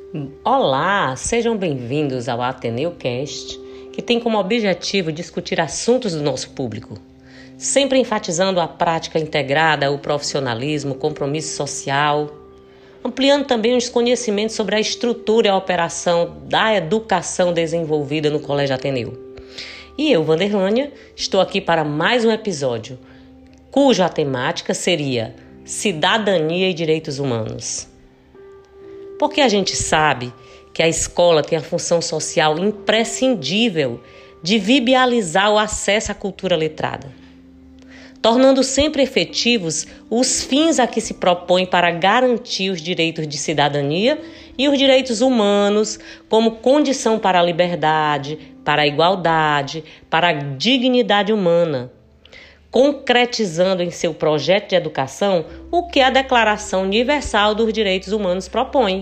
Olá, sejam bem-vindos ao Ateneu Cast, que tem como objetivo discutir assuntos do nosso público, sempre enfatizando a prática integrada, o profissionalismo, o compromisso social, ampliando também os conhecimentos sobre a estrutura e a operação da educação desenvolvida no Colégio Ateneu. E eu, Vanderlânia, estou aqui para mais um episódio, cuja temática seria Cidadania e Direitos Humanos. Porque a gente sabe que a escola tem a função social imprescindível de viabilizar o acesso à cultura letrada, tornando sempre efetivos os fins a que se propõe para garantir os direitos de cidadania e os direitos humanos como condição para a liberdade, para a igualdade, para a dignidade humana, concretizando em seu projeto de educação o que a Declaração Universal dos Direitos Humanos propõe.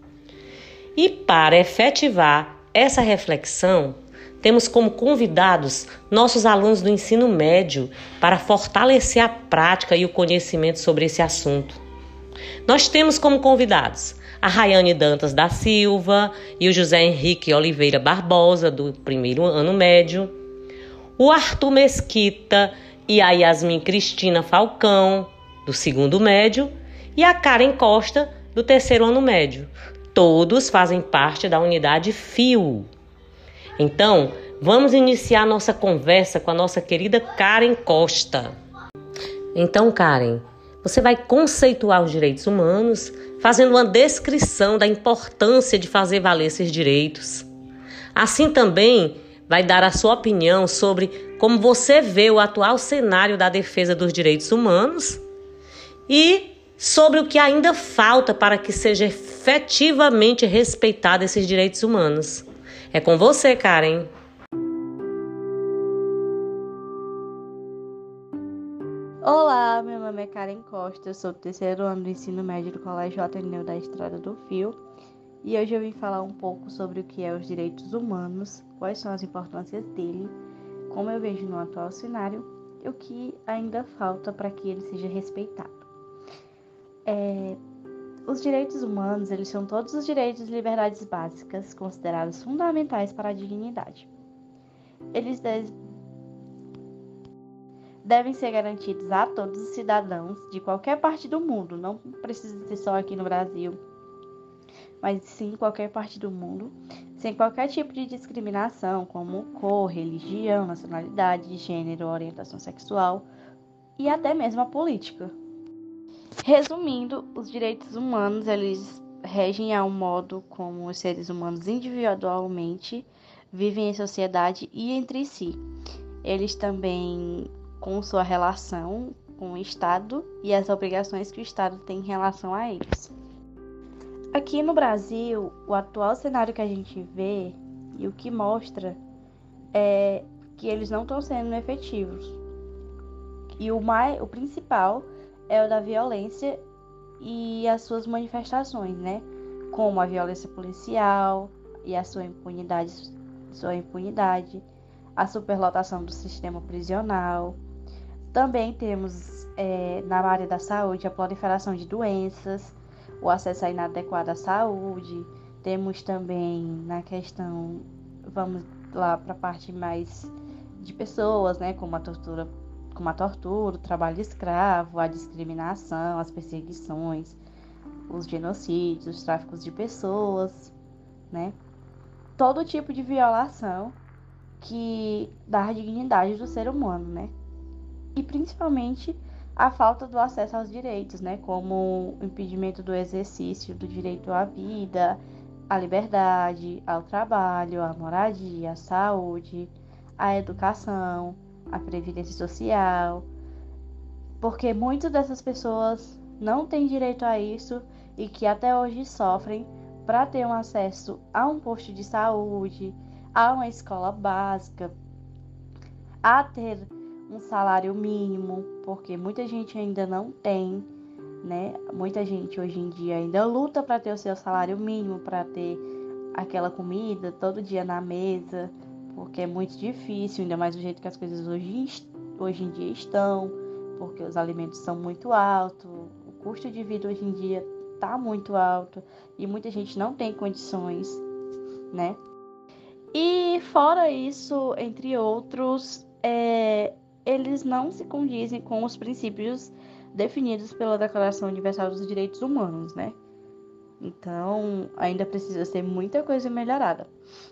E para efetivar essa reflexão, temos como convidados nossos alunos do ensino médio para fortalecer a prática e o conhecimento sobre esse assunto. Nós temos como convidados a Rayane Dantas da Silva e o José Henrique Oliveira Barbosa, do primeiro ano médio, o Arthur Mesquita e a Yasmin Cristina Falcão, do segundo médio, e a Karen Costa, do terceiro ano médio. Todos fazem parte da unidade FIO. Então, vamos iniciar nossa conversa com a nossa querida Karen Costa. Então, Karen, você vai conceituar os direitos humanos, fazendo uma descrição da importância de fazer valer esses direitos. Assim também, vai dar a sua opinião sobre como você vê o atual cenário da defesa dos direitos humanos e sobre o que ainda falta para que seja efetivamente respeitado esses direitos humanos. É com você, Karen. Olá, meu nome é Karen Costa, eu sou do terceiro ano do ensino médio do Colégio Ateneu da Estrada do Fio e hoje eu vim falar um pouco sobre o que é os direitos humanos, quais são as importâncias dele, como eu vejo no atual cenário e o que ainda falta para que ele seja respeitado. Os direitos humanos, eles são todos os direitos e liberdades básicas considerados fundamentais para a dignidade. Eles devem ser garantidos a todos os cidadãos de qualquer parte do mundo, não precisa ser só aqui no Brasil, mas sim em qualquer parte do mundo, sem qualquer tipo de discriminação, como cor, religião, nacionalidade, gênero, orientação sexual e até mesmo a política. Resumindo, os direitos humanos, eles regem ao modo como os seres humanos individualmente vivem em sociedade e entre si. Eles também com sua relação com o Estado e as obrigações que o Estado tem em relação a eles. Aqui no Brasil, o atual cenário que a gente vê e o que mostra é que eles não estão sendo efetivos. E o principal é o da violência e as suas manifestações, né? Como a violência policial e a sua impunidade, a superlotação do sistema prisional. Também temos na área da saúde a proliferação de doenças, o acesso inadequado à saúde. Temos também na questão, vamos lá para a parte mais de pessoas, né, como a tortura, o trabalho escravo, a discriminação, as perseguições, os genocídios, os tráficos de pessoas, né? Todo tipo de violação que dá a dignidade do ser humano, né? E principalmente a falta do acesso aos direitos, né? Como o impedimento do exercício do direito à vida, à liberdade, ao trabalho, à moradia, à saúde, à educação, à previdência social, porque muitas dessas pessoas não têm direito a isso e que até hoje sofrem para ter um acesso a um posto de saúde, a uma escola básica, a ter um salário mínimo, porque muita gente ainda não tem, né? Muita gente hoje em dia ainda luta para ter o seu salário mínimo, para ter aquela comida todo dia na mesa, porque é muito difícil, ainda mais do jeito que as coisas hoje em dia estão, porque os alimentos são muito altos, o custo de vida hoje em dia está muito alto e muita gente não tem condições, né? E fora isso, entre outros, eles não se condizem com os princípios definidos pela Declaração Universal dos Direitos Humanos, né? Então, ainda precisa ser muita coisa melhorada.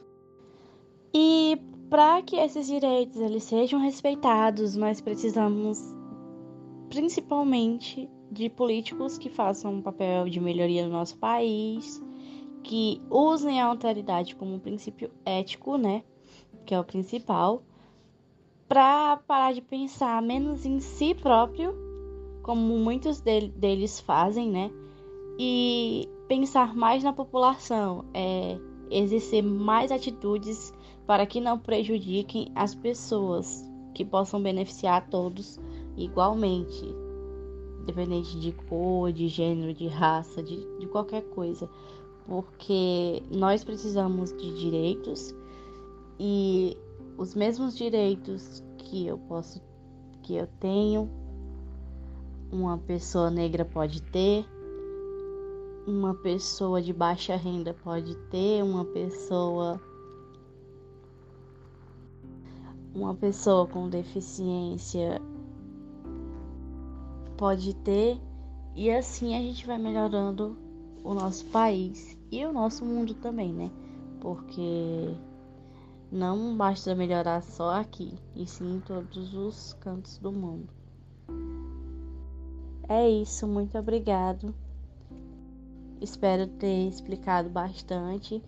E para que esses direitos eles sejam respeitados, nós precisamos principalmente de políticos que façam um papel de melhoria no nosso país, que usem a alteridade como um princípio ético, né, que é o principal, para parar de pensar menos em si próprio, como muitos deles fazem, né, e pensar mais na população, exercer mais atitudes para que não prejudiquem as pessoas, que possam beneficiar a todos igualmente, independente de cor, de gênero, de raça, de qualquer coisa, porque nós precisamos de direitos e os mesmos direitos que eu tenho, uma pessoa negra pode ter, uma pessoa de baixa renda pode ter, uma pessoa com deficiência pode ter, e assim a gente vai melhorando o nosso país e o nosso mundo também, né? Porque não basta melhorar só aqui, e sim em todos os cantos do mundo. É isso, muito obrigado. Espero ter explicado bastante.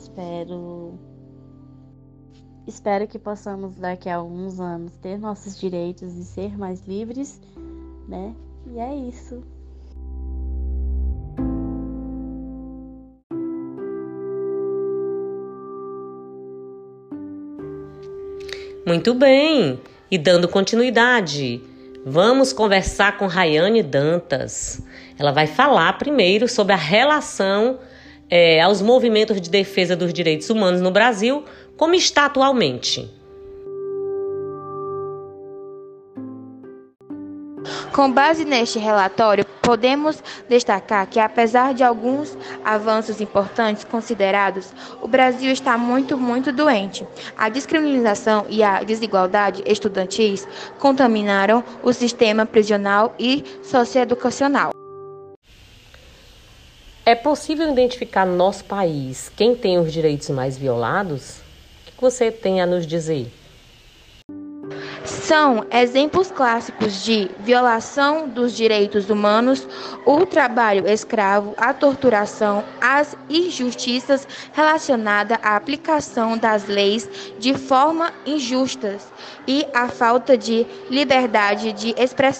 Espero que possamos daqui a alguns anos ter nossos direitos e ser mais livres, né? E é isso. Muito bem! E dando continuidade, vamos conversar com Rayane Dantas. Ela vai falar primeiro sobre a relação aos movimentos de defesa dos direitos humanos no Brasil, como está atualmente. Com base neste relatório, podemos destacar que, apesar de alguns avanços importantes considerados, o Brasil está muito doente. A discriminação e a desigualdade estudantis contaminaram o sistema prisional e socioeducacional. É possível identificar no nosso país quem tem os direitos mais violados? O que você tem a nos dizer? São exemplos clássicos de violação dos direitos humanos, o trabalho escravo, a torturação, as injustiças relacionadas à aplicação das leis de forma injustas e a falta de liberdade de expressão.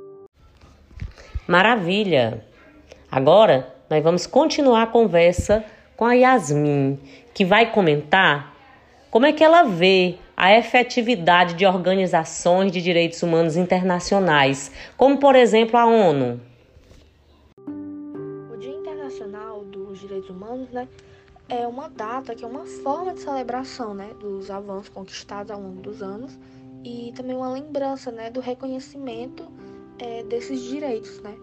Maravilha! Agora, nós vamos continuar a conversa com a Yasmin, que vai comentar como é que ela vê a efetividade de organizações de direitos humanos internacionais, como, por exemplo, a ONU. O Dia Internacional dos Direitos Humanos, né, é uma data que é uma forma de celebração, né, dos avanços conquistados ao longo dos anos e também uma lembrança, né, do reconhecimento desses direitos, né.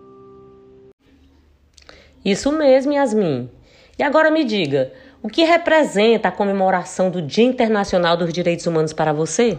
Isso mesmo, Yasmin. E agora me diga, o que representa a comemoração do Dia Internacional dos Direitos Humanos para você?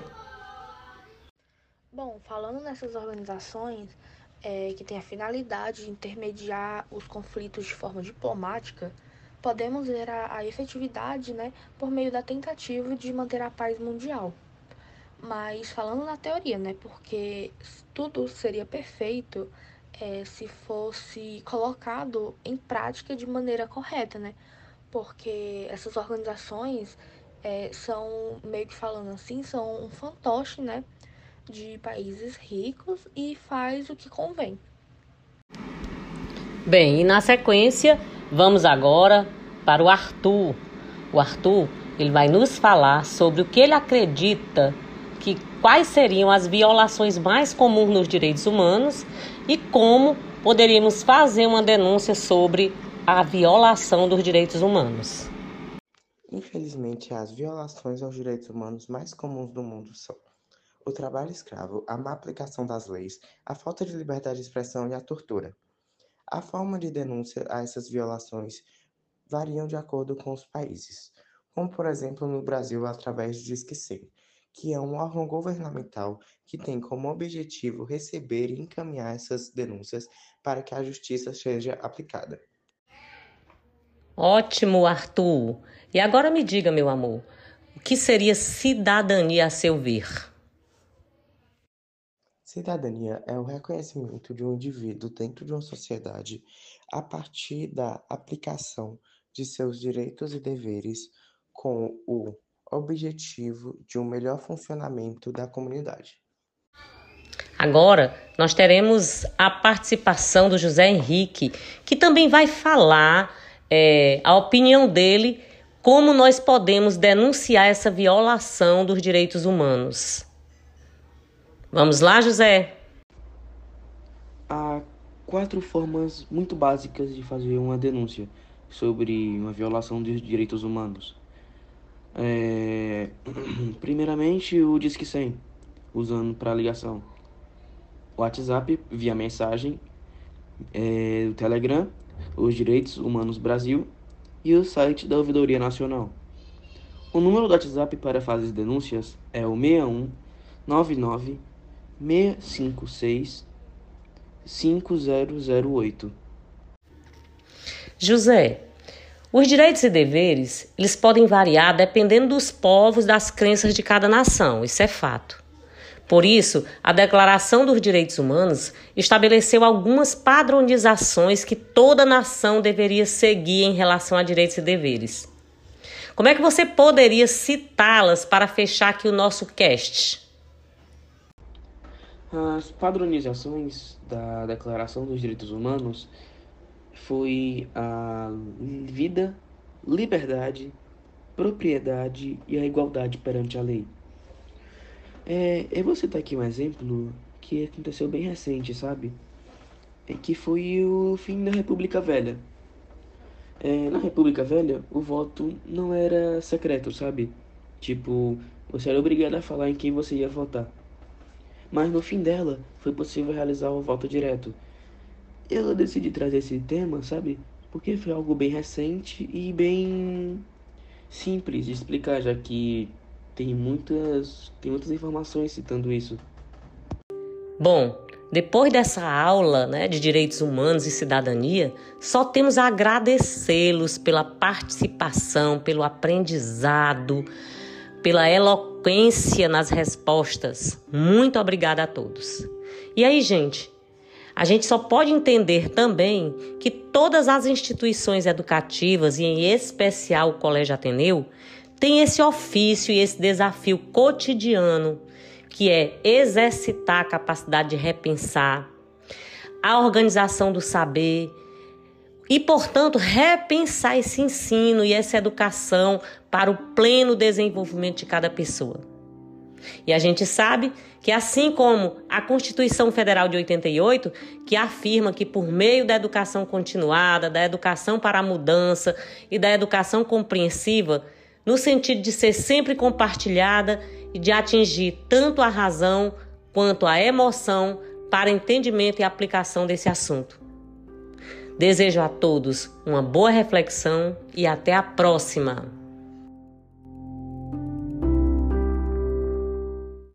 Bom, falando nessas organizações que têm a finalidade de intermediar os conflitos de forma diplomática, podemos ver a efetividade, né, por meio da tentativa de manter a paz mundial. Mas falando na teoria, né, porque tudo seria perfeito se fosse colocado em prática de maneira correta, né? Porque essas organizações são, meio que falando assim, são um fantoche, né, de países ricos e faz o que convém. Bem, e na sequência, vamos agora para o Arthur. O Arthur, ele vai nos falar sobre o que ele acredita quais seriam as violações mais comuns nos direitos humanos e como poderíamos fazer uma denúncia sobre a violação dos direitos humanos. Infelizmente, as violações aos direitos humanos mais comuns do mundo são o trabalho escravo, a má aplicação das leis, a falta de liberdade de expressão e a tortura. A forma de denúncia a essas violações variam de acordo com os países, como por exemplo no Brasil através do Disque 100, que é um órgão governamental que tem como objetivo receber e encaminhar essas denúncias para que a justiça seja aplicada. Ótimo, Arthur. E agora me diga, meu amor, o que seria cidadania a seu ver? Cidadania é o reconhecimento de um indivíduo dentro de uma sociedade a partir da aplicação de seus direitos e deveres com o objetivo de um melhor funcionamento da comunidade. Agora, nós teremos a participação do José Henrique, que também vai falar a opinião dele, como nós podemos denunciar essa violação dos direitos humanos. Vamos lá, José? Há 4 formas muito básicas de fazer uma denúncia sobre uma violação dos direitos humanos. Primeiramente, o Disque 100, usando para ligação. O WhatsApp, via mensagem, o Telegram, os Direitos Humanos Brasil e o site da Ouvidoria Nacional. O número do WhatsApp para fazer denúncias é o 61 99 656 5008. José, os direitos e deveres, eles podem variar dependendo dos povos, das crenças de cada nação, isso é fato. Por isso, a Declaração dos Direitos Humanos estabeleceu algumas padronizações que toda nação deveria seguir em relação a direitos e deveres. Como é que você poderia citá-las para fechar aqui o nosso cast? As padronizações da Declaração dos Direitos Humanos foi a vida, liberdade, propriedade e a igualdade perante a lei. Eu vou citar aqui um exemplo que aconteceu bem recente, sabe? Que foi o fim da República Velha. Na República Velha, o voto não era secreto, sabe? Tipo, você era obrigado a falar em quem você ia votar. Mas no fim dela, foi possível realizar o voto direto. Eu decidi trazer esse tema, sabe? Porque foi algo bem recente e bem simples de explicar, já que tem muitas informações citando isso. Bom, depois dessa aula, de direitos humanos e cidadania, só temos a agradecê-los pela participação, pelo aprendizado, pela eloquência nas respostas. Muito obrigada a todos. E aí, gente, a gente só pode entender também que todas as instituições educativas, e em especial o Colégio Ateneu, têm esse ofício e esse desafio cotidiano, que é exercitar a capacidade de repensar, a organização do saber e, portanto, repensar esse ensino e essa educação para o pleno desenvolvimento de cada pessoa. E a gente sabe que, assim como a Constituição Federal de 88, que afirma que por meio da educação continuada, da educação para a mudança e da educação compreensiva, no sentido de ser sempre compartilhada e de atingir tanto a razão quanto a emoção para entendimento e aplicação desse assunto. Desejo a todos uma boa reflexão e até a próxima!